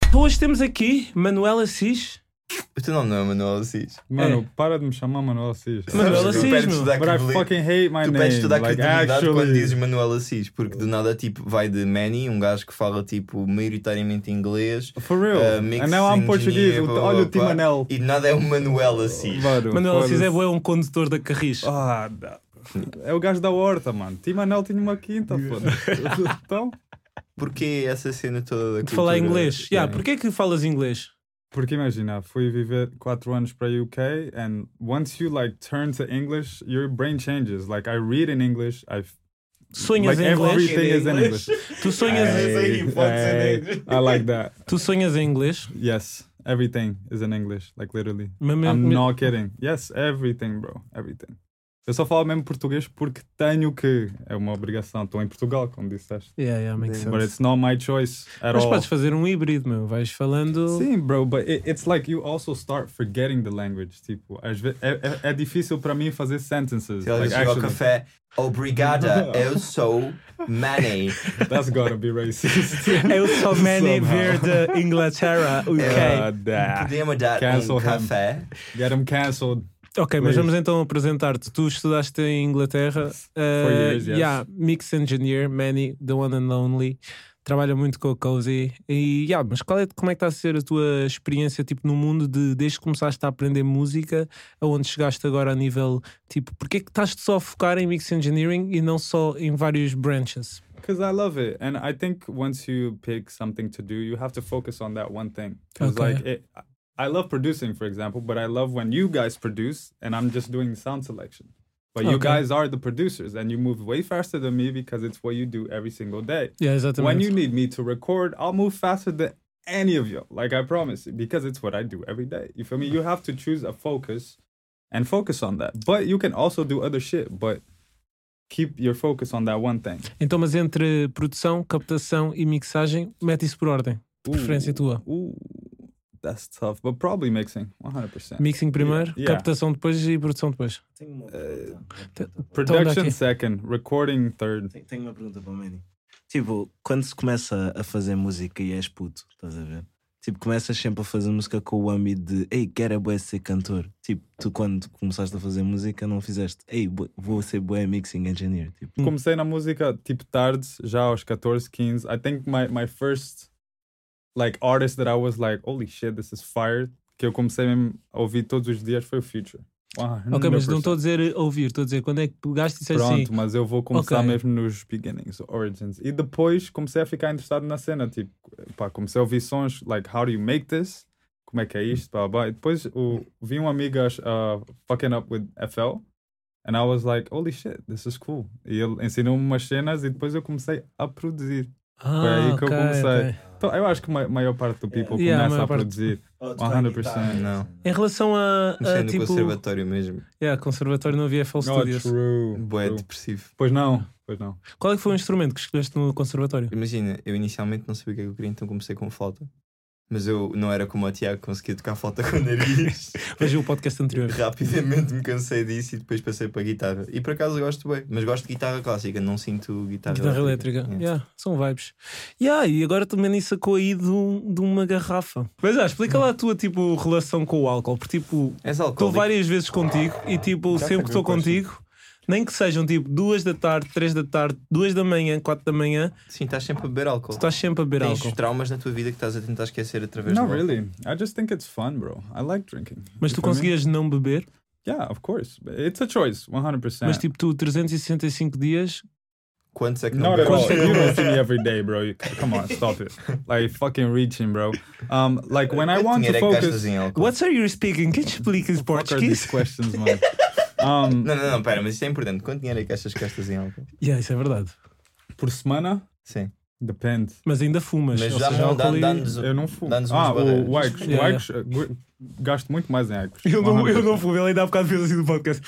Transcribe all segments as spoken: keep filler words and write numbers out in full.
Então hoje temos aqui Manuel Assis. O teu nome não é Manuel Assis. Mano, É. para de me chamar Manuel Assis. Manuel Assis, meu. But I fucking hate my Tu name. pedes toda a Like, credibilidade actually... quando dizes Manuel Assis, porque do nada tipo vai de Manny, um gajo que fala tipo maioritariamente inglês. For real. uh, And mixing now I'm Portuguese. engineer, blá, Olha o blá, blá. Timanel. E de nada é o Manuel Assis. Mano, Manuel Assis é foda-se. bué um condutor da Carris. Ah, dá. É o gajo da horta, mano. Timanel tinha uma quinta, foda-se. Então... Porquê essa cena toda da De falar cultura? inglês. Yeah, porquê é que falas inglês? Porque imagina, fui viver quatro anos para U K and once you like turn to English, your brain changes. Like I read in English, I Sonhas like em inglês? everything is in English. Tu sonhas, Hey, hey, I like that. tu sonhas em inglês? Yes, everything is in English, like literally. Mas me- I'm me- not kidding. Yes, everything, bro, everything. Eu só falo mesmo português porque tenho que. É uma obrigação. Estou em Portugal, como disseste. Yeah, yeah, makes But sense. it's not my choice at Mas all. podes fazer um híbrido, meu. Vais falando... Sim, bro, but it, it's like you also start forgetting the language. Tipo, às vezes é, é, é difícil para mim fazer sentences. Se ela Like, chega ao actually, café, obrigada, eu sou Manny. that's gotta be racist. Eu sou Manny Somehow. ver de Inglaterra, U K. Uh, nah. Podemos dar Cancel um him. café. Get him cancelled. Ok, mas Please. vamos então apresentar-te. Tu estudaste em Inglaterra. Uh, years, yes. Yeah, Mix Engineer, Manny, the one and only. Trabalha muito com a Cozy. E, yeah, mas qual é, como é que está a ser a tua experiência tipo, no mundo de, desde que começaste a aprender música, aonde chegaste agora a nível, tipo, porque é que estás só a focar em Mix Engineering e não só em vários branches? Because I love it. And I think once you pick something to do, you have to focus on that one thing. Because Okay. like it, I love producing, for example, but I love when you guys produce and I'm just doing the sound selection. But you Okay. guys are the producers and you move way faster than me because it's what you do every single day. Yeah, exatamente. When you need me to record, I'll move faster than any of you. Like I promise you, because it's what I do every day. You feel me? You have to choose a focus and focus on that. But you can also do other shit, but keep your focus on that one thing. Então, mas entre produção, captação e mixagem, mete isso por ordem. De preferência tua. Ooh, that's tough, but probably mixing, one hundred percent. Mixing primeiro, Yeah. captação depois e produção depois. Tenho uma pergunta. Então, Production daqui. second, recording third. Tenho, tenho uma pergunta para o Manny. Tipo, quando se começa a fazer música e és puto, estás a ver? Tipo, começas sempre a fazer música com o âmbito de ei, quero bué ser cantor. Tipo, tu quando começaste a fazer música não fizeste ei, bu- vou ser bué mixing engineer. Tipo, Comecei na música tipo tarde, já aos catorze, quinze. I think my, my first like artist that I was like, holy shit, this is fire, que eu comecei mesmo a ouvir todos os dias foi o Future. Ok, mas não estou a dizer ouvir, estou a dizer quando é que pegaste e disseste Pronto, assim. mas eu vou começar Ok. mesmo nos beginnings, origins. E depois comecei a ficar interessado na cena. Tipo, pá, comecei a ouvir sons, like, how do you make this? Como é que é isto? Pá, pá. E depois o, vi um amigo uh, fucking up with F L. And I was like, holy shit, this is cool. E ele ensinou-me umas cenas e depois eu comecei a produzir. Ah, Foi aí que eu ok, comecei. ok. Então, eu acho que a maior parte do people Yeah, a começa maior a parte- produzir. oh, cem por cento. Não. Em relação a, Comecei a no tipo. conservatório mesmo. Yeah, conservatório não havia F L Oh, Studios. true, Bué true. depressivo. Pois não, pois não. Qual é que foi o instrumento que escolheste no conservatório? Imagina, eu inicialmente não sabia o que é que eu queria, então comecei com flauta. Mas eu não era como o Tiago, conseguia tocar flauta com o nariz. Veja o podcast anterior. Rapidamente me cansei disso e depois passei para a guitarra. E por acaso gosto bem, mas gosto de guitarra clássica, não sinto guitarra, Guitarra elétrica. Yeah. Yeah, são vibes. Yeah, e agora também nem sacou aí de, um- de uma garrafa. Mas ah, explica lá a tua tipo, relação com o álcool. Porque tipo, És estou alcoólico? várias vezes contigo e tipo, That's a sempre que estou good question. contigo, nem que sejam tipo duas da tarde, três da tarde, duas da manhã, quatro da manhã, Sim, estás sempre a beber álcool. tu estás sempre a beber Tens álcool. traumas na tua vida que estás a tentar esquecer através Not do álcool. really. I just think it's fun, bro. I like drinking. Mas You tu feel me? conseguias não beber, Yeah, of course. It's a choice, one hundred percent. mas tipo tu trezentos e sessenta e cinco dias. Quantos é que não Not at bebes? all. You don't see me every day, bro. You, come on, stop it. Like fucking reaching, bro. Um, like when I Quanto want to dinheiro é que gastas focus. em álcool? What are you speaking? Can you speak in Fuck are these Portuguese? questions, man? Um, Não, não, não, pera, mas isto é importante. Quanto dinheiro é que achas que gastas em álcool? Yeah, isso é verdade. por semana? Sim. Depende. Mas ainda fumas. Mas ou dá-me seja, um- álcool dá- e- dá-nos Eu não fumo. dá-nos Ah, umas barreiras. o, o Icos. Yeah, O Icos, uh, gu- gasto muito mais em Icos. Eu não, eu não fumo, ele ainda há bocado fez assim no podcast.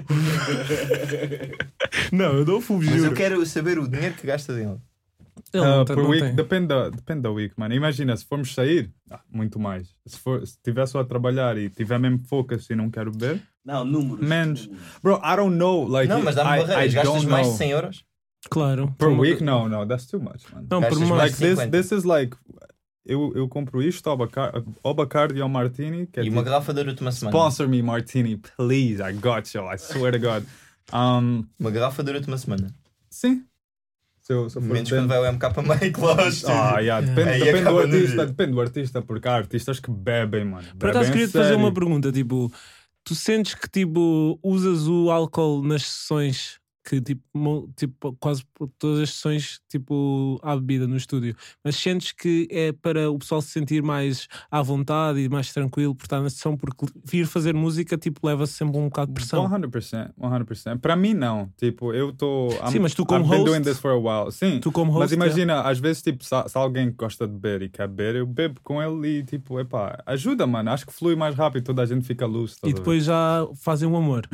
Não, eu não fumo, Mas juro. eu quero saber o dinheiro que gastas em álcool. Ele Uh, não tem- por não week, tem. depende da, depende da week, mano. Imagina, se formos sair, ah, muito mais. Se, for, se tiver só a trabalhar e tiver mesmo focus e não quero beber, Não, números. menos. números. Bro, I don't know. Like, Não, mas dá-me I, I barreiras. Gastas don't mais know. de cem euros? Claro. Per Uma- week? No, no, that's too much, man. Não, por Gastas mais. Like mais this, cinquenta. this is like, eu, eu compro isto, ao Bacardi, ao Bacardi e ao Martini. Que é E tipo, uma garrafa dura-te uma semana. sponsor me, Martini, please. I got you. I swear to God. Um, Uma garrafa dura-te uma semana. sim. Se eu, se eu for Menos depende- quando vai o M K Make lá ao estúdio. Ah, yeah, depende, Aí depende do acaba no artista, dia. depende do artista, porque há artistas que bebem, mano. Por acaso Bebem queria a te fazer sério. uma pergunta, tipo, tu sentes que tipo usas o álcool nas sessões, que tipo, mo- tipo quase todas as sessões tipo há bebida no estúdio, mas sentes que é para o pessoal se sentir mais à vontade e mais tranquilo por estar na sessão, porque vir fazer música tipo leva-se sempre um bocado de pressão. cem por cento, cem por cento. Para mim, não. Tipo, eu estou. Sim, mas tu como I've been host- doing this for a while. Sim, Tu como mas host, imagina, às vezes, tipo, se, se alguém gosta de beber e quer beber, eu bebo com ele e, tipo, epá, ajuda, mano. Acho que flui mais rápido, toda a gente fica luz. e depois já fazem um amor.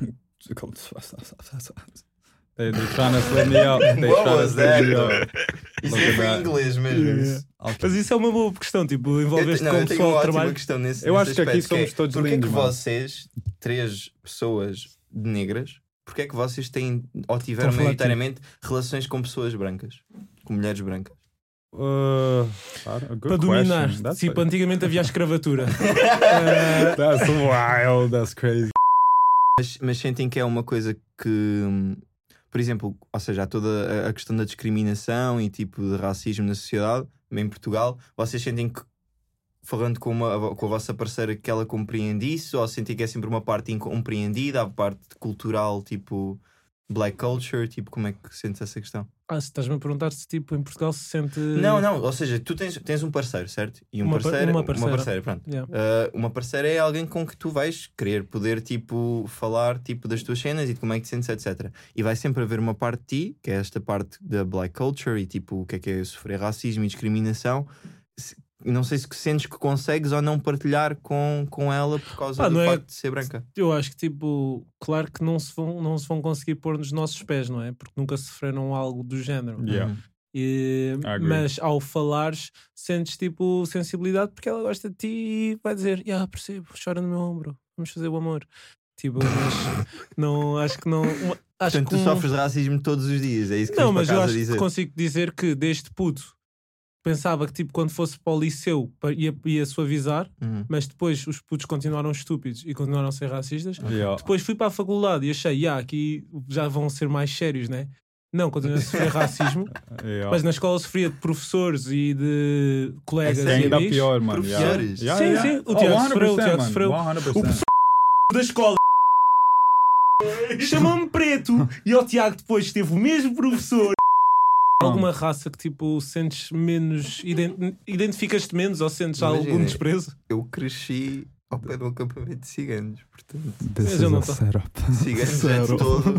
They, they trying to slip me up. They What trying to was slip that, me though? up. Isso Look nem at foi em that. inglês mesmo. Yeah, isso. Mas isso é uma boa questão, tipo, Eu, envolveste te- não, com eu o tenho pessoal uma de ótima trabalho. questão nesse Eu nesse acho que aqui aspecto, somos é, todos Porquê lindos, que mano. vocês, três pessoas negras, porquê é que vocês têm ou tiveram Estão a falar maioritariamente relações com pessoas brancas? Com mulheres brancas? Uh, a good Para dominar, question. That's tipo, a- antigamente havia a escravatura. Eh, That's wild, that's crazy. Mas, mas sentem que é uma coisa que, hum, por exemplo, ou seja, há toda a- a questão da discriminação e tipo de racismo na sociedade, em Portugal, vocês sentem que, falando com, uma, com a vossa parceira, que ela compreende isso, ou sentem que é sempre uma parte incompreendida, a parte cultural, tipo black culture, tipo, como é que sentes essa questão? ah, se estás-me a perguntar se tipo em Portugal se sente. Não, não, ou seja, tu tens, tens um parceiro, certo? E um Uma par- parceiro, uma parceira. parceira, pronto. Yeah. Uh, uma parceira é alguém com que tu vais querer poder tipo falar tipo das tuas cenas e de como é que te sentes, etcétera. E vai sempre haver uma parte de ti, que é esta parte da black culture e tipo o que é que é sofrer racismo e discriminação. Se- Não sei se sentes que consegues ou não partilhar com, com ela por causa Pá, do não é- facto de ser branca. Eu acho que tipo, claro que não se vão, não se vão conseguir pôr nos nossos pés, não é? Porque nunca sofreram algo do género. Yeah. Uhum. E- I agree. mas ao falares, sentes tipo sensibilidade porque ela gosta de ti e vai dizer: yeah, percebo, chora no meu ombro, vamos fazer o amor. Tipo, mas não, acho que não. uma- Acho Portanto, que tu um- sofres de racismo todos os dias, é isso que Não, tens mas para eu casa acho dizer. que consigo dizer que desde puto pensava que tipo quando fosse para o liceu pa- ia, ia suavizar, Uhum. mas depois os putos continuaram estúpidos e continuaram a ser racistas. Yeah. Depois fui para a faculdade e achei, yeah, aqui já vão ser mais sérios, né? Não, continuo a sofrer racismo, Yeah. mas na escola sofria de professores e de colegas É É e ainda amigos. pior, mano. Professores? Yeah. Sim, Yeah, sim, yeah. o Tiago Oh, sofreu, o Tiago mano. sofreu. cem por cento. O professor da escola chamou-me preto e o Tiago depois teve o mesmo professor. Alguma raça que tipo sentes menos, ident- identificas-te menos ou sentes Imagina. algum desprezo? Eu cresci ao pé de um acampamento de ciganos, portanto. Mas eu não tô- Ciganos é de todo.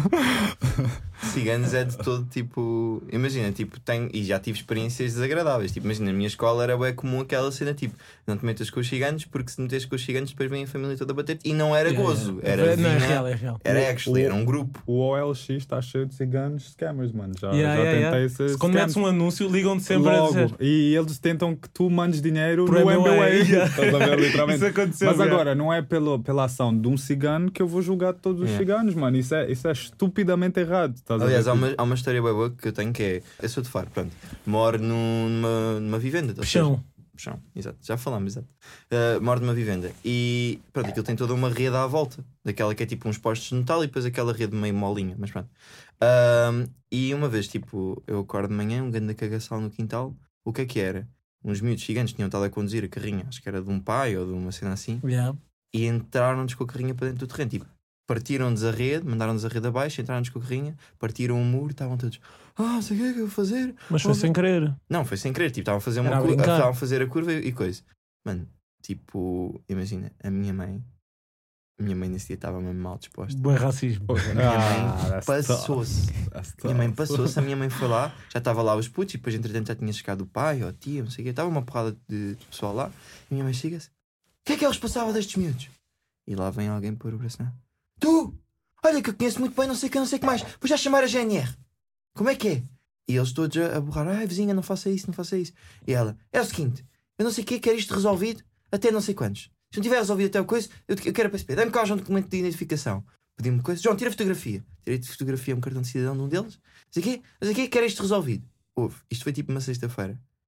Ciganos é de todo tipo. Imagina, tipo, tenho. E já tive experiências desagradáveis. Tipo, imagina, na minha escola era bem comum aquela cena tipo: não te metas com os ciganos, porque se te metes com os ciganos, depois vem a família toda a bater-te. E não era Yeah, gozo, yeah. era. Não, é vinha- real, é real. Era actually, era um grupo. O O L X está cheio de ciganos scammers, mano. Já, Yeah, já yeah, tentei yeah. esses Quando metes um anúncio, ligam-te sempre a Logo. dizer. E eles tentam que tu mandes dinheiro Pro no M B A. M B A. Estás a ver, literalmente. Isso aconteceu. Mas yeah. agora, não é pelo, pela ação de um cigano que eu vou julgar todos os Yeah. ciganos, mano. Isso é, isso é estupidamente errado. Estás a Aliás, ver? há uma, há uma história bem boa que eu tenho que é. Eu sou de Faro, pronto. Moro num- numa, numa vivenda. ou seja, Puxão. Puxão, exato. Já falámos, exato. Uh, moro numa vivenda. E pronto, aquilo tem toda uma rede à volta. Daquela que é tipo uns postos de metal e depois aquela rede meio molinha. Mas pronto. Um, e uma vez, tipo, eu acordo de manhã, um grande cagaçal no quintal. O que é que era? Uns miúdos gigantes tinham estado a conduzir a carrinha. Acho que era de um pai ou de uma cena assim. Yeah. E entraram-nos com a carrinha para dentro do terreno. Tipo, partiram-nos a rede, mandaram-nos a rede abaixo, entraram-nos com a carrinha, partiram o muro, estavam todos, ah, sei o que é que eu vou fazer. Mas foi Oh, sem querer. Não, foi sem querer, tipo, estavam a fazer Era uma a curva, brincar. estavam a fazer a curva e, e coisa. Mano, tipo, imagina, a minha mãe, a minha mãe nesse dia estava mesmo mal disposta. Bom racismo. A minha Ah, mãe that's passou-se. That's A minha mãe tough. passou-se, a minha mãe foi lá, já estava lá os putos, e depois entretanto já tinha chegado o pai ou a tia, não sei o quê, estava uma porrada de pessoal lá, e a minha mãe chega-se, o que é que é o responsável destes miúdos? E lá vem alguém pôr o braço na... Tu! Olha que eu conheço muito bem, não sei o que, não sei o que mais, vou já chamar a G N R. Como é que é? E eles todos a, a borrar, ai vizinha, não faça isso, não faça isso. E ela, é o seguinte, eu não sei o que, quero isto resolvido até não sei quantos. Se não tiver resolvido até o coisa, eu, eu quero a P S P, dá-me cá um documento de identificação. Pedi-me coisa, João, tira a fotografia. Tirei de fotografia um cartão de cidadão de um deles, não sei o quê, não sei o quê, quero isto resolvido. Houve, isto foi tipo uma sexta-feira.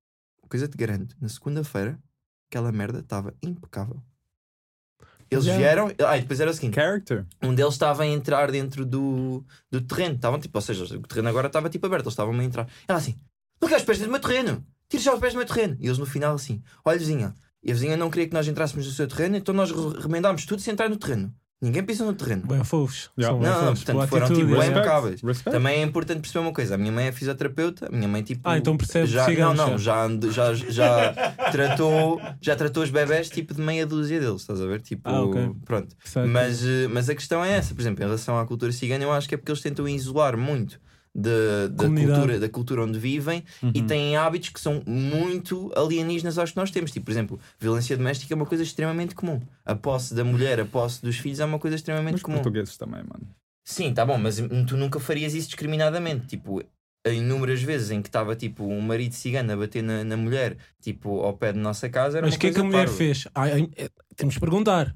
coisa de grande. Na segunda-feira, aquela merda estava impecável. Eles Já. vieram. Ah, e depois era o seguinte: Character. um deles estava a entrar dentro do, do terreno. Estavam tipo, ou seja, o terreno agora estava tipo aberto, eles estavam a entrar. Ela assim: não queres os pés do meu terreno? Tira já os pés do meu terreno. E eles no final assim: olha, vizinha, e a vizinha não queria que nós entrássemos no seu terreno, então nós re- remendámos tudo sem entrar no terreno. Ninguém pisa no terreno. Bem fofos. Yeah. São bem Não, não, fofos. portanto Boa foram atitude, tipo bem yeah. impecáveis. Respect. Também é importante perceber uma coisa: a minha mãe é fisioterapeuta, a minha mãe tipo. Ah, então percebe já, ciganos, Não, não, já. já, ande- já, já, tratou, já tratou os bebés tipo de meia dúzia deles, estás a ver? Tipo, Ah, ok. pronto. Certo. Mas, eh, mas a questão é essa, por exemplo, em relação à cultura cigana, eu acho que é porque eles tentam isolar muito de- da, Comunidade. cultura, da cultura onde vivem e têm hábitos que são muito alienígenas aos que nós temos. Tipo, por exemplo, violência doméstica é uma coisa extremamente comum. A posse da mulher, a posse dos filhos é uma coisa extremamente Os comum. portugueses também, mano. Sim, tá bom, mas tu nunca farias isso discriminadamente. Tipo, inúmeras vezes em que estava tipo um marido cigano a bater na, na mulher, tipo, ao pé de nossa casa, era Mas uma o que é que a coisa mulher parva. fez? Ai, ai, é, temos de perguntar.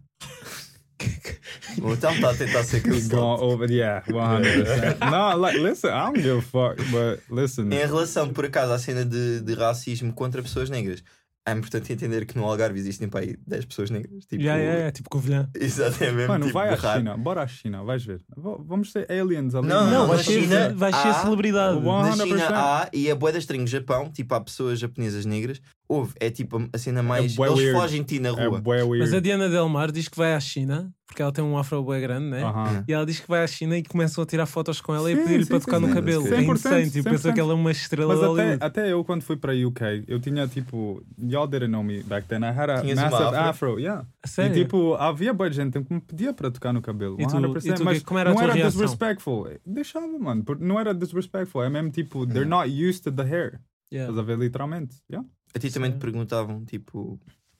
O Tom está a tentar ser Going cancelado. over, yeah, one hundred percent. No, like, listen, I don't give a fuck, but listen. Em relação, por acaso, à cena de, de racismo contra pessoas negras, é importante entender que no Algarve existem para aí dez pessoas negras. Tipo, Já, é, é, tipo Covilhã. Exatamente. Mano, tipo, vai à de raro. China, bora à China, vais ver. V- Vamos ter aliens ali. Não, Não, não, vai na ser, China vai ser há- celebridade. Uau. Na cem por China cento. há, e é bué da estranho, Japão, tipo, há pessoas japonesas negras, houve, é tipo a cena mais. bué eles weird. fogem de ti na É rua. bué weird. Mas a Diana Del Mar diz que vai à China, porque ela tem um afro bué grande, né? Aham. E ela diz que vai à China e começam a tirar fotos com ela e Sim, a pedir-lhe sim, para sim, tocar no sim. cabelo. cem É por cento, insane, tipo, cem por pensa cento. que ela é uma estrela Mas de até, Hollywood. até eu, quando fui para U K, eu tinha tipo. Y'all didn't know me back then. I had a Tinhas uma massive afro? afro, yeah. A sério? E tipo, havia boa gente que me pedia para tocar no cabelo. E tu- cem por cento, e tu, mas como era a não tua era reação? disrespectful. Deixava, mano. por- Não era disrespectful. É mesmo tipo, they're not used to the hair. Yeah. Estás a ver, literalmente. Yeah. A ti também te perguntavam, tipo.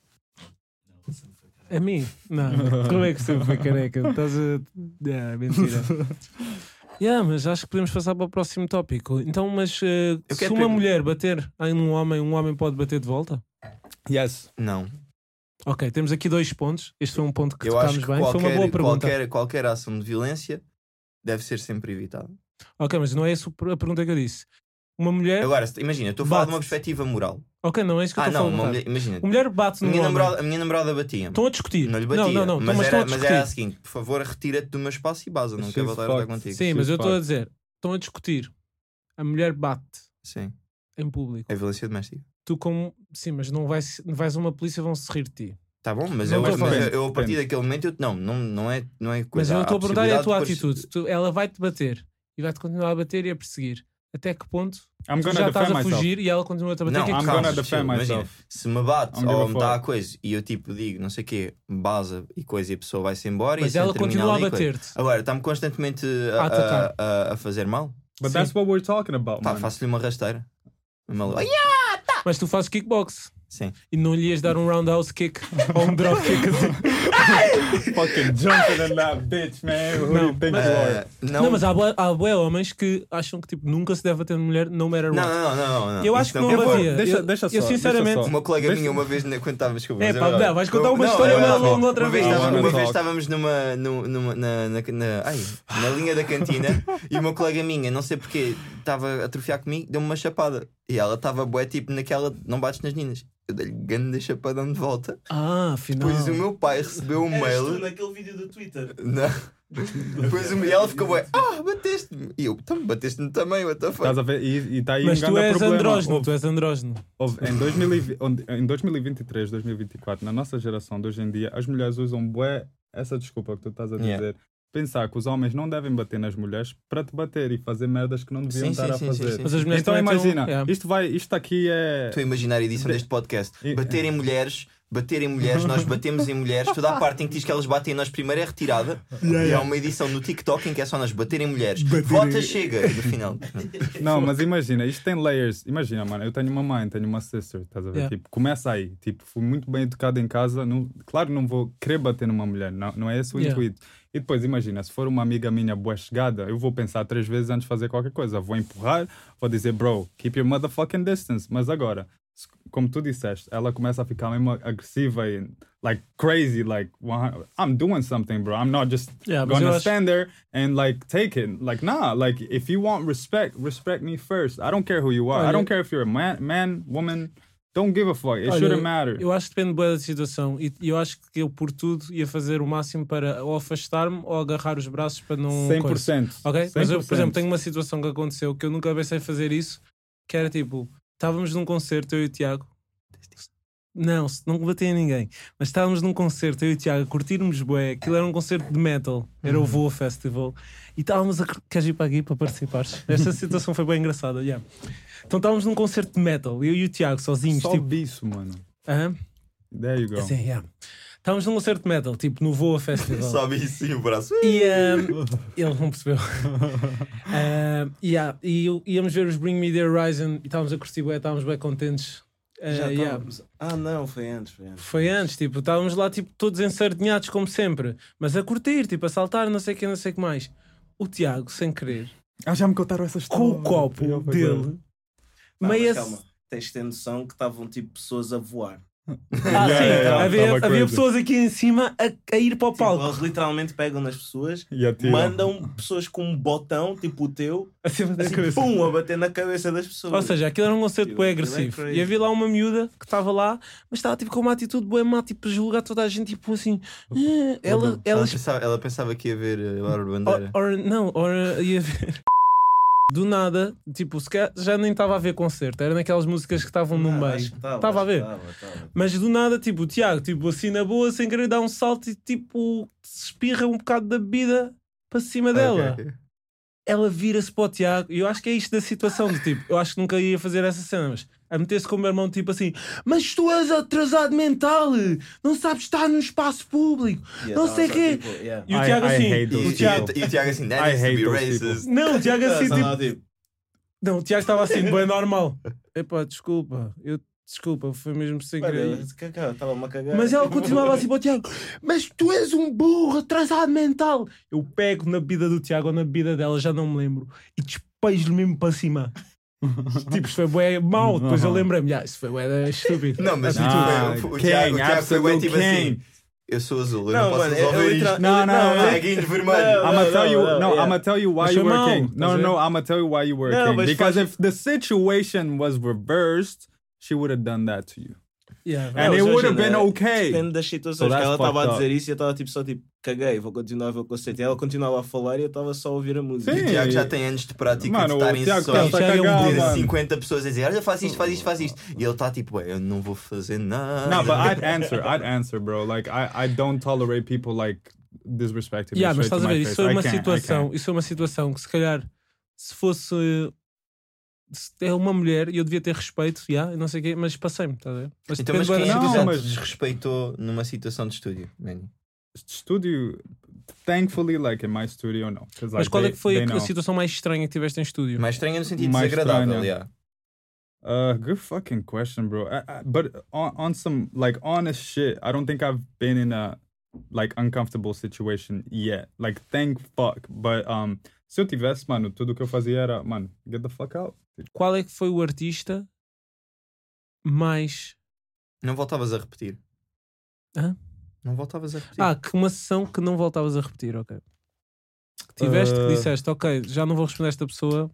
A mim? Não. Como é que sempre foi careca? Estás a. Yeah, mentira. Yeah, mas acho que podemos passar para o próximo tópico. Então, mas eh, Eu se quero uma pergun- mulher bater em um homem, um homem pode bater de volta? Yes. Não. Ok, temos aqui dois pontos. Este foi um ponto que Eu acho tocámos que bem. Foi uma qualquer, boa pergunta. qualquer, qualquer ação de violência deve ser sempre evitada. Ok, mas não é essa a pergunta que eu disse. Uma mulher. Agora, se- imagina, eu estou a falar de uma Bate-te. perspectiva moral. Ok, não é isso que eu Ah, estou a não, falar. uma mulher, imagina. Uma mulher bate A no minha, homem. namorada, a minha namorada batia-me. Estão a discutir. Não lhe batia. Não, não, não. mas, mas estão era, a mas discutir. era a seguinte: por favor, retira-te do meu espaço e baza. Não She's quero voltar a estar fucked. contigo. Sim, mas eu She's estou a fucked. dizer. Estão a discutir. A mulher bate Sim. em público. É violência doméstica. Tu como. Sim, mas não vais, vais a uma polícia e vão se rir de ti. Tá bom, mas, Não eu, estou a mas falar. eu, eu a partir Depende. daquele momento eu, não, não, não é, não é Mas coisa. eu há estou a perguntar é a tua possibilidade atitude. depois- Tu- ela vai-te bater e vai-te continuar a bater e a perseguir. Até que ponto I'm tu gonna já estás defend a myself. fugir e ela continua-te a bater? Não, o que é que I'm tu calma, gonna fazes? defend chill, imagina, myself. se me bate I don't give ou a me dá a fuck. coisa e eu tipo digo não sei o quê, baza e coisa e a pessoa vai-se embora Mas e ela assim termina continua a ali, coisa. bater-te. Agora, está-me constantemente A a, atacar. a, a, a fazer mal. But Sim. that's what we're talking about, Pá, man. faço-lhe uma rasteira. Uma... Ai, Mas tu fazes kickbox sim. e não lhe ias dar um roundhouse kick ou um drop kick assim. Fucking jumping in that bitch, man. Who do you Não, think mas- you Eh, are? não, Não, mas há bué, há bué homens que acham que tipo, nunca se deve bater na mulher, no matter não, what. não, não, não, não. Eu Isso acho que não concordo. batia. Deixa- eu, deixa eu só, deixa sinceramente. só. Uma colega Deixa- minha uma vez na- quando estava, desculpa, É mas pá, agora- não, vais contar uma Não, história não, mais não, longa outra uma vez. vez, I estávamos- wanna uma vez talk. estávamos numa, numa, numa- na, na, na, ai, na linha da cantina e uma colega minha, não sei porquê, estava a atrofiar comigo, deu-me uma chapada. E ela estava bué tipo naquela, não bates nas meninas. Eu dei-lhe grande chapadão de volta. Ah, afinal. Depois o meu pai recebeu um Eras tu mail. naquele vídeo do Twitter. Não. Depois o- e ela ficou bué, ah, bateste-me. E eu, também bateste-me também, what the fuck. Estás a ver? E está aí Mas um tu grande és problema. andrógeno, Houve- tu és andrógeno. houve- em, dois mil e vinte, onde- em dois mil e vinte e três, dois mil e vinte e quatro, na nossa geração de hoje em dia, as mulheres usam bué essa desculpa que tu estás a dizer. Yeah. Pensar que os homens não devem bater nas mulheres para te bater e fazer merdas que não deviam Sim, estar sim, a sim, fazer. sim, sim. Mas as mulheres Então também imagina, estão- yeah. isto, vai, isto aqui é. Estou a imaginar a edição De- deste podcast. E- Bater em mulheres, bater em mulheres, nós batemos em mulheres. Toda a parte em que diz que elas batem em nós primeiro é retirada. E há uma edição no TikTok em que é só nós bater em mulheres. Vota, chega, no final. Não, mas imagina, isto tem layers. Imagina, mano, eu tenho uma mãe, tenho uma sister, estás a ver? Yeah. Tipo, começa aí. Tipo, fui muito bem educado em casa. Não, claro, não vou querer bater numa mulher, não, não é esse o Yeah. intuito. E depois, imagina, se for uma amiga minha boa chegada, eu vou pensar três vezes antes de fazer qualquer coisa. Vou empurrar, vou dizer, bro, keep your motherfucking distance. Mas agora, se- como tu disseste, ela começa a ficar mesmo agressiva e like crazy, like one- I'm doing something, bro. I'm not just Yeah, mas eu gonna acho- stand there and like take it. Like, nah, like if you want respect, respect me first. I don't care who you are. Olha- I don't care if you're a man, man, woman. Don't give a fuck. It Olha, shouldn't matter. Eu acho que depende bem da situação. E e eu acho que eu, por tudo, ia fazer o máximo para ou afastar-me ou agarrar os braços para não. cem por coisa. cento. Ok? cem por cento. Mas eu, por exemplo, tenho uma situação que aconteceu que eu nunca pensei em fazer isso, que era tipo, estávamos num concerto, eu e o Tiago. Não, não batei a ninguém. Mas estávamos num concerto, eu e o Tiago, a curtirmos bué. Aquilo era um concerto de metal. Era o Voa Festival. E estávamos a... Queres ir para aqui para participares? Esta situação foi bem engraçada, yeah. Então estávamos num concerto de metal, eu e o Tiago, sozinhos. Sobe tipo... isso, mano. Aham. There you go. Assim, yeah. Estávamos num concerto de metal, tipo no Voa Festival. Sobe isso e o braço. E um, ele não percebeu. um, yeah, e eu- íamos ver os Bring Me The Horizon e estávamos a curtir bué, estávamos bem contentes. Uh, Já yeah. estávamos- Ah, não, foi antes. Foi antes. Foi antes, tipo, estávamos lá tipo, todos ensardinhados como sempre, mas a curtir, tipo, a saltar, não sei o que, não sei o que mais. O Tiago, sem querer, Ah, já me contaram essa história. com o copo Yeah, pois dele, Pá, meio mas a- calma, tens de ter noção que estavam tipo pessoas a voar. Ah, Yeah, sim, yeah, yeah, havia, tava havia crazy. pessoas aqui em cima a, a ir para o Tipo, palco. eles literalmente pegam nas pessoas, E atiram. mandam pessoas com um botão, tipo o teu, Acima da assim, cabeça. pum, a bater na cabeça das pessoas. Ou seja, aquilo era um concerto Aquilo- bem aquilo é agressivo. crazy. E havia lá uma miúda que estava lá, mas estava tipo com uma atitude bem má, tipo a julgar toda a gente, tipo assim. "Ah", ela, ela, Ela pensava, ela pensava que ia ver uh, Laura Bandeira. Or, or- não, or, ia ver. Do nada, tipo, se calhar já nem estava a ver concerto, era naquelas músicas que estavam no Ah, meio. acho que estava, Estava a acho que ver. estava, estava. Mas do nada, tipo, o Tiago, tipo, assim na boa, sem querer dar um salto e tipo, se espirra um bocado da bebida para cima dela. Ok, ok. Ela vira-se para o Tiago, e eu acho que é isto da situação, de tipo, eu acho que nunca ia fazer essa cena, mas a meter-se com o meu irmão, tipo assim, mas tu és atrasado mental, não sabes estar no espaço público, Yeah, não estava sei só, quê. tipo, yeah. E o I- Tiago I assim, hate E, those o e- Tiago, e o Tiago assim, that I needs to hate be those racist. não, o Tiago assim, Estava lá, tipo, tipo, não, o Tiago estava assim, bem normal. Epá, desculpa, eu, desculpa, foi mesmo sem querer. olha, cacau, estava-me a cagar. Mas ela continuava assim para o Tiago, mas tu és um burro, atrasado mental. Eu pego na bebida do Tiago ou na bebida dela, já não me lembro, e despejo-lhe mesmo para cima. Tipo, isto foi bué mau. Depois eu lembrei-me, ah, isso foi bué estúpido. Não, mas Ah, tipo, o, o King, Tiago, o Tiago foi bem absolute tipo assim. King. Eu sou azul, eu Não, não, posso mano, resolver eu isto. literal- Não, não, não, Ceguinho vermelho. Não, I'm gonna tell you. no, No, yeah. I'm gonna tell you why Mas you foi were mau, king. estás No, a ver? no, I'm gonna tell you why you were Não, king. mas Because faz- if the situation was reversed, she would have done that to you, Yeah, and Não, it mas would hoje have been ainda okay. Depende das So situações, que that's ela estava a fucked dizer up. isso e eu estava tipo só tipo, caguei, vou continuar a ver o concerto. E ela continuava a falar e eu estava só a ouvir a música. E o Sim. Tiago já tem anos de prática Mano, de estar o em Tiago sessões. está a Tiago é um cagar, burro. Ter mano. cinquenta pessoas a dizer, olha, faz isto, faz isto, faz isto. E ele está tipo, ué, eu não vou fazer nada. No, but I'd answer. I'd answer, bro. Like I, I don't tolerate people like disrespecting me yeah, mas straight estás to a ver, my isso face. foi I uma can't, I situação, can't. isso foi uma situação que se calhar se fosse se é uma mulher e eu devia ter respeito, yeah, e não sei o quê, mas passei-me, estás a ver? Mas Então, mas depende quem bué é da que Não, já situação. mas- te desrespeitou numa situação de estúdio, Manny? Studio, thankfully, like in my studio, no. 'Cause, Mas like, qual é they- que foi they a know. situação mais estranha que tiveste em estúdio? Mais estranha no sentido Mais desagradável, estranha. yeah. Uh, good fucking question, bro. I, I, but on, on some like honest shit, I don't think I've been in a like uncomfortable situation yet. Like, thank fuck. But um, se eu tivesse, mano, tudo que eu fazia era, mano, get the fuck out. Qual é que foi o artista mais... Não voltavas a repetir. Hã? Não voltavas a repetir. Ah, que uma sessão que não voltavas a repetir, ok. Que tiveste Uh, que disseste, ok, já não vou responder a esta pessoa.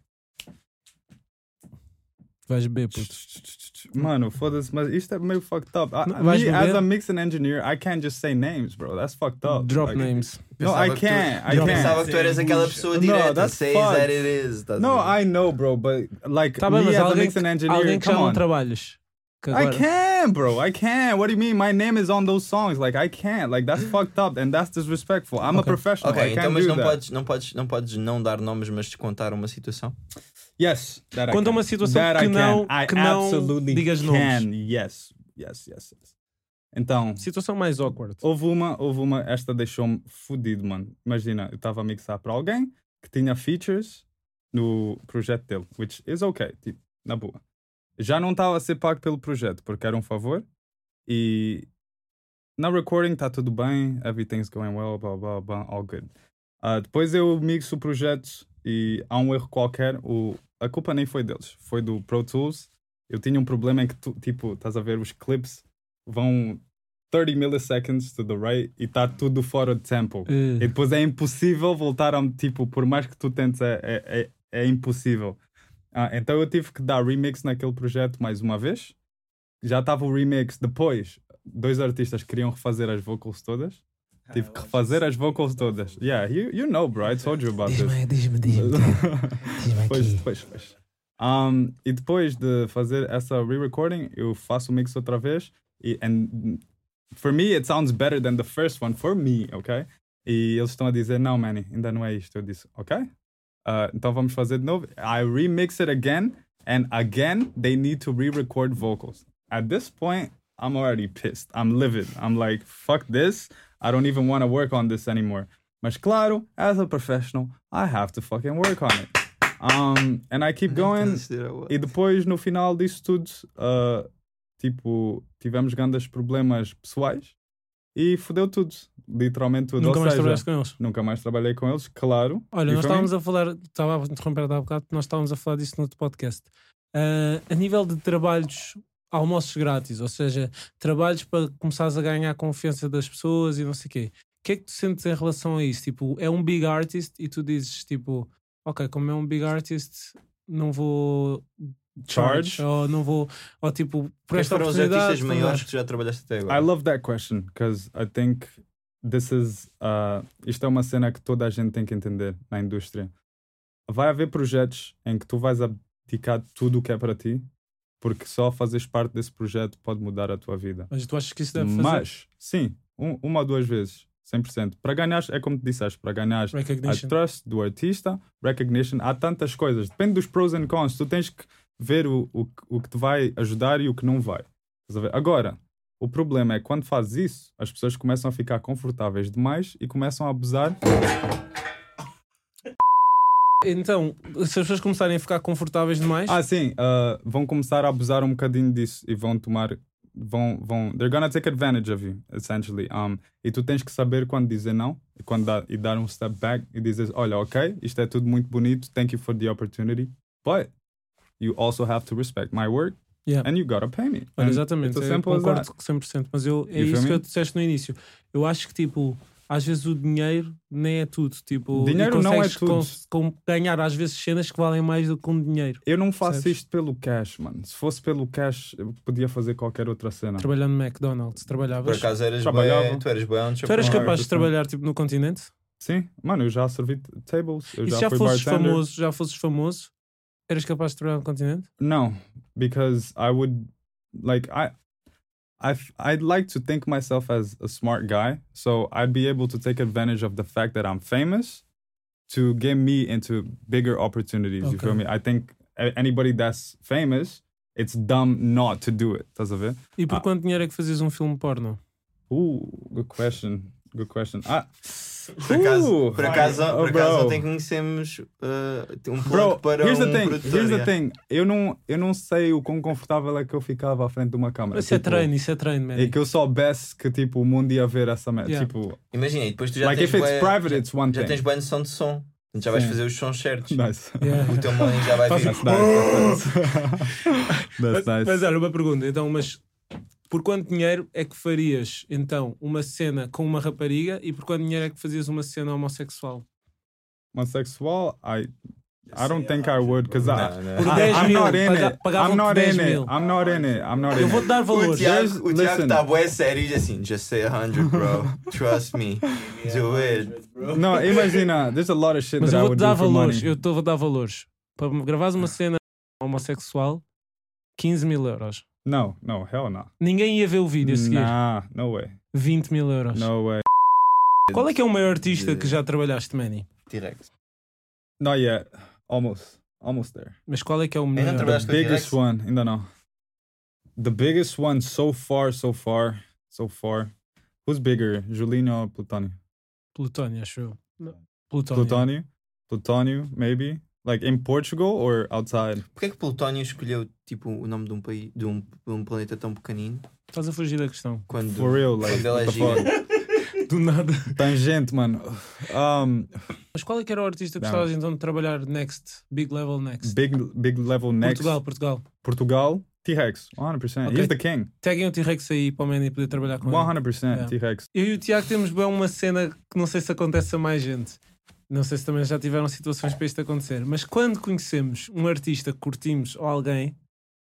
Vais beber, puto. Mano, foda-se, mas isto é meio fucked up. I, Não, vais me, as beber? a mixing engineer, I can't just say names, bro. That's fucked up. Drop Like, names. No, Pensava I que tu- can't. I Eu can't. pensava que tu eras aquela pessoa No, direta. that's Says fucked. that it is. estás a No, ver? I know, bro, but like Tá bem, me mas as a alguém, mixing que, engineer, alguém que já come não on. trabalhas. Que I agora- can't, bro. I can't. What do you mean? My name is on those songs. Like, I can't. Like, that's fucked up and that's disrespectful. I'm a Okay. professional. Ok, I can't então mas do não that. podes, não, podes, não podes não dar nomes, mas descontar uma situação? Yes, that I Conta can. uma situação That que I não- can. I que não absolutely digas can. nomes. Yes, yes, yes, yes. Então, Situação mais awkward. houve uma, houve uma, esta deixou-me fudido, mano. Imagina, eu estava a mixar para alguém que tinha features no projeto dele, which is okay, tipo, na boa. Já não estava a ser pago pelo projeto, porque era um favor. E na recording está tudo bem, everything's going well, blah, blah, blah, all good. Uh, depois eu mixo o projeto e há um erro qualquer, o, a culpa nem foi deles, foi do Pro Tools. Eu tinha um problema em que, tu, tipo, estás a ver, os clips vão thirty milliseconds to the right e está tudo fora de tempo. Eh, E depois é impossível voltar a, tipo, por mais que tu tentes, é, é, é, é impossível. Ah, então eu tive que dar remix naquele projeto mais uma vez já estava o remix. Depois, dois artistas queriam refazer as vocals todas. Tive que refazer as vocals todas. Yeah, you, you know, bro. I told you about this. Diz-me, diz-me, diz-me. Diz-me Depois, aqui. depois, depois. Um, e depois de fazer essa re-recording, eu faço o mix outra vez. E and for me, it sounds better than the first one. For me, ok? E eles estão a dizer, não, Manny, ainda não é isto. Eu disse, ok? Uh, então vamos fazer de novo. I remix it again. And again, they need to re-record vocals. At this point, I'm already pissed. I'm livid. I'm like, fuck this. I don't even want to work on this anymore. Mas claro, as a professional, I have to fucking work on it. Um, and I keep going. E depois, no final disso tudo, uh, tipo, tivemos grandes problemas pessoais e fodeu tudo. Literalmente tudo. Nunca Ou mais seja, trabalhaste com eles? Nunca mais trabalhei com eles, claro. Olha, E nós for me- estávamos a falar, estava a interromper há bocado, nós estávamos a falar disso no outro podcast. Uh, a nível de trabalhos, almoços grátis, ou seja, trabalhos para começares a ganhar a confiança das pessoas e não sei o quê. O que é que tu sentes em relação a isso? Tipo, é um big artist e tu dizes tipo, ok, como é um big artist, não vou charge, Charge? ou não vou, ou tipo, por Quais esta foram os oportunidade. artistas maiores que tu já trabalhaste até agora? I love that question because I think this is uh, isto é uma cena que toda a gente tem que entender na indústria. Vai haver projetos em que tu vais abdicar tudo o que é para ti, porque só fazeres parte desse projeto pode mudar a tua vida. Mas tu achas que isso deve fazer Mas, sim, um- uma ou duas vezes, cem por cento. Para ganhares, é como tu disseste, para ganhares a recognition? trust do artista, recognition, há tantas coisas. Depende dos pros and cons. Tu tens que ver o, o, que- o que te vai ajudar e o que não vai. Estás a ver? Agora, o problema é que quando fazes isso, as pessoas começam a ficar confortáveis demais e começam a abusar. Então, se as pessoas começarem a ficar confortáveis demais, Ah, sim, uh, vão começar a abusar um bocadinho disso e vão tomar. Vão, vão, they're gonna take advantage of you, essentially. Um, e tu tens que saber quando dizer não e, quando dar, e dar um step back e dizer: olha, ok, isto é tudo muito bonito, thank you for the opportunity, but you also have to respect my work yeah. and you gotta pay me. Olha, And exatamente, it's as eu simple as concordo that. cem por cento, mas eu, é You feel isso que me? eu te disseste no início. Eu acho que, tipo, às vezes o dinheiro nem é tudo. Tipo, Dinheiro e não é consegues tudo. cons- com- ganhar às vezes cenas que valem mais do que um dinheiro. Eu não faço Percebes? isto pelo cash, mano. Se fosse pelo cash, eu podia fazer qualquer outra cena. Trabalhando no McDonald's, Por trabalhavas. acaso eras Trabalhava. bué, tu eras bué Tu eras Claro, capaz de sim. trabalhar tipo, no continente? Sim, mano, eu já servi t- tables, eu E se já já fui fosses bartender. famoso, já fosses famoso, eras capaz de trabalhar no continente? No, because I would like I I I'd like to think myself as a smart guy, so I'd be able to take advantage of the fact that I'm famous to get me into bigger opportunities. You Okay. feel me? I think a- anybody that's famous, it's dumb not to do it. Estás a ver? E por Ah. quanto dinheiro é que fazias um filme porno? Ooh, good question. Good question. Ah, Por acaso, Ooh, por acaso, oh, por acaso bro. ontem conhecemos uh, um plug Bro, para here's um the thing. produtor. Here's the yeah. thing. Eu não, eu não sei o quão confortável é que eu ficava à frente de uma câmera. Isso é Tipo, treino, isso é treino, man. É que eu soubesse que tipo, o mundo ia ver essa merda. Yeah. Tipo, Imagina, e depois tu já like tens if it's bué- private, it's one já thing. tens boa noção de som. Portanto, já vais Sim. fazer os sons certos. Nice. Yeah. O teu money já vai vir. That's nice. That's Mas, nice. mas olha, uma pergunta, então, mas por quanto dinheiro é que farias então uma cena com uma rapariga e por quanto dinheiro é que fazias uma cena homossexual? One sexual, I I don't think I would because I, Não, não. Por I dez I'm mil, not in paga- it. pagavam-te I'm not dez in it. mil. I'm not in it. I'm not in Eu vou-te it. dar O valores. Tiago There's- o Tiago listen. está bué sério e diz assim: just say a hundred, bro. Trust me. Do it. No, imagina, there's a lot of shit Mas that eu I vou-te would dar do for valores. money. Eu estou a dar valores. Para me gravares uma cena homossexual, quinze mil euros. No, no, hell no. Ninguém ia ver o vídeo a seguir. Nah, no way. vinte mil euros. No way. Qual é que é o maior artista que já trabalhaste, Manny? T-Rex. Not yet. Almost. Almost there. Mas qual é que é o não maior? trabalhaste The com biggest T-Rex? one, ainda não. The biggest one so far, so far, so far. Who's bigger, Julinho or Plutónio? Plutónio, acho eu. Não. Plutónio. Plutónio? Plutónio, maybe? Like in Portugal or outside? Porquê é que Plutónio escolheu tipo, o nome de um, país, de um, de um planeta tão pequenino? Estás a fugir da questão. Quando, For real, like, quando ele é what the fuck? gigante. Do nada. Tangente, mano. Um, Mas qual é que era o artista que Não. gostavas então de trabalhar next? Big Level Next? big, big level next. Portugal, Portugal. Portugal, T-Rex, one hundred percent. Okay. He's the king. Taguem o T-Rex aí para o Manny poder trabalhar com one ele. hundred percent Yeah. T-Rex. Eu e o Tiago temos bem uma cena que não sei se acontece a mais gente. Não sei se também já tiveram situações para isto acontecer. Mas quando conhecemos um artista que curtimos ou alguém,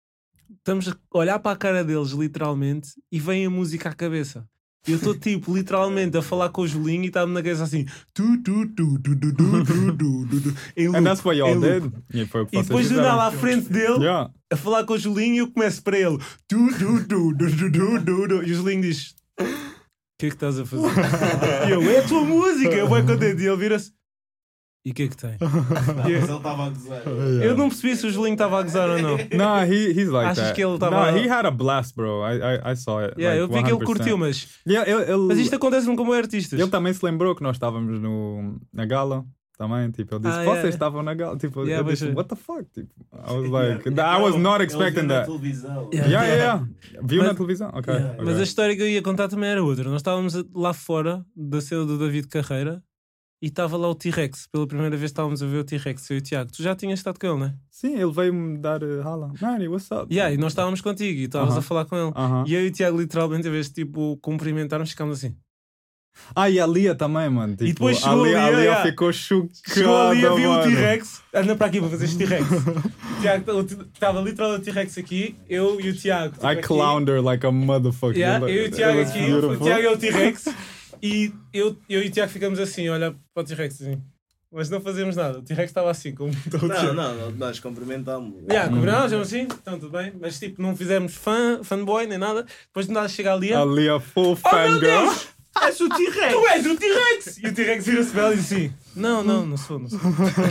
estamos a olhar para a cara deles literalmente e vem a música à cabeça. Eu estou tipo, literalmente, a falar com o Julinho e está-me na cabeça assim. Tu, tu, tu, tu, tu, tu, tu, tu, tu, em loop, And that's what y'all em loop. did. E, foi o que E vocês depois de fizeram. andar lá à frente dele, Yeah. a falar com o Julinho, e eu começo para ele. Tu, tu, tu, tu, tu, tu, tu, tu. E o Julinho diz: o que é que estás a fazer? E eu, é a tua música. Eu vou contente. E ele vira-se: e o que é que tem? Mas ele estava a gozar. Eu não percebi se o Julinho estava a gozar ou não. No, he, he's like Achas that. que ele tava- No, he had a blast, bro. I, I, I saw it. Yeah, like, eu vi que ele one hundred percent. curtiu, mas, Yeah, ele, ele, mas isto acontece-me com artistas. ele também se lembrou que nós estávamos no, na gala. Também, tipo, ele disse, Ah, vocês yeah. estavam na gala. Tipo, Yeah, eu mas- disse, what the fuck? Tipo, I was like, I was not expecting na that. televisão. Yeah. Yeah, yeah, yeah. Viu Mas- na televisão? Ok. Yeah. ok. Mas a história que eu ia contar também era outra. Nós estávamos lá fora da cena do David Carreira e estava lá o T-Rex. Pela primeira vez estávamos a ver o T-Rex, eu e o Tiago. Tu já tinhas estado com ele, não é? Sim, ele veio-me dar uh, rala. Manny, what's up? Yeah, e nós estávamos contigo e estávamos Uh-huh. a falar com ele. Uh-huh. E eu e o Tiago, literalmente, a vez de tipo, cumprimentarmos, ficámos assim. Ah, e a Lia também, mano. Tipo, depois chegou a Lia, a a Lia, Lia yeah. ficou chocada. Chegou ali a ver o mano. T-Rex. Anda para aqui para fazer este T-Rex. O Tiago estava literalmente o T-Rex aqui, eu e o Tiago. tipo, I aqui. clowned her like a motherfucker. Yeah, eu e o It Tiago was aqui, o beautiful. Tiago é o T-Rex e eu, eu e o Tiago ficamos assim, olha para o T-Rex assim. Mas não fazemos nada, o T-Rex estava assim, como todo Não, não, não, nós cumprimentámos. Yeah, combinamos, assim, então tudo bem, mas tipo, não fizemos fã, fanboy nem nada. Depois de nada chega ali, A Lia full oh meu fangirl. Deus, és o T-Rex! Tu és o T-Rex! E o T-Rex vira-se para ela e diz assim: não, não, não sou, não sou.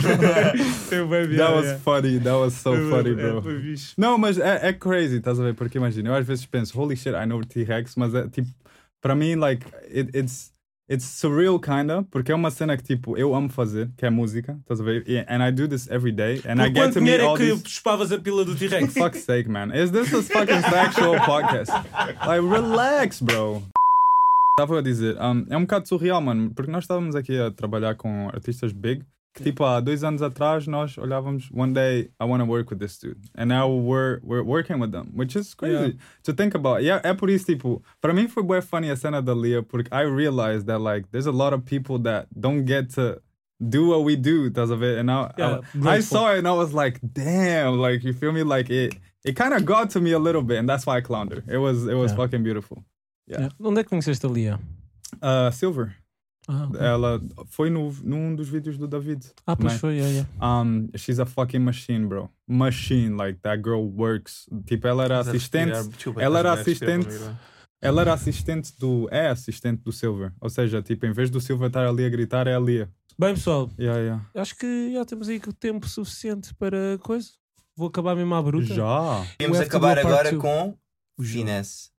Foi bem, That was yeah. funny, that was so Foi funny, bem, é, bro. foi fixe. Não, mas é, é crazy, estás a ver? Porque imagina, eu às vezes penso, holy shit, I know T-Rex, mas é tipo, para mim, like, it, it's, it's surreal kinda, porque é uma cena que tipo, eu amo fazer, que é música, estás a ver? E- And I do this every day, and I Por get quanto to meet dinheiro é all que these... chuspavas a pila do T-Rex? Fuck's sake, man. Is this a fucking factual podcast? Like, relax, bro. Estava a dizer, um, é um bocado surreal, mano, porque nós estávamos aqui a trabalhar com artistas big, que tipo há dois anos atrás nós olhávamos, one day I want to work with this dude, and now we're, we're working with them, which is crazy Yeah. to think about. Yeah, é por isso, tipo, para mim foi bem funny a cena da Lia, porque I realized that like, there's a lot of people that don't get to do what we do, estás a ver? And now Yeah, I, I grateful. saw it and I was like, damn, like, you feel me? Like, it, it kind of got to me a little bit, and that's why I clowned her. It was, it was Yeah. fucking beautiful. Yeah. Onde é que conheceste a Lia? Uh, Silver, Ah, ok. ela foi no, num dos vídeos do David. Ah, pois também. foi, yeah, yeah. Um, she's a fucking machine, bro. Machine, like, that girl works. Tipo, ela era assistente, Desculpa, ela era estás a respirar assistente. para mim, ela era assistente do, é assistente do Silver. Ou seja, tipo, em vez do Silver estar ali a gritar, é a Lia. Bem, pessoal, Yeah, yeah. acho que já temos aí o tempo suficiente para coisa. Vou acabar mesmo à bruta. Já. Podíamos We have to acabar do a part agora two. com O jogo. finesse.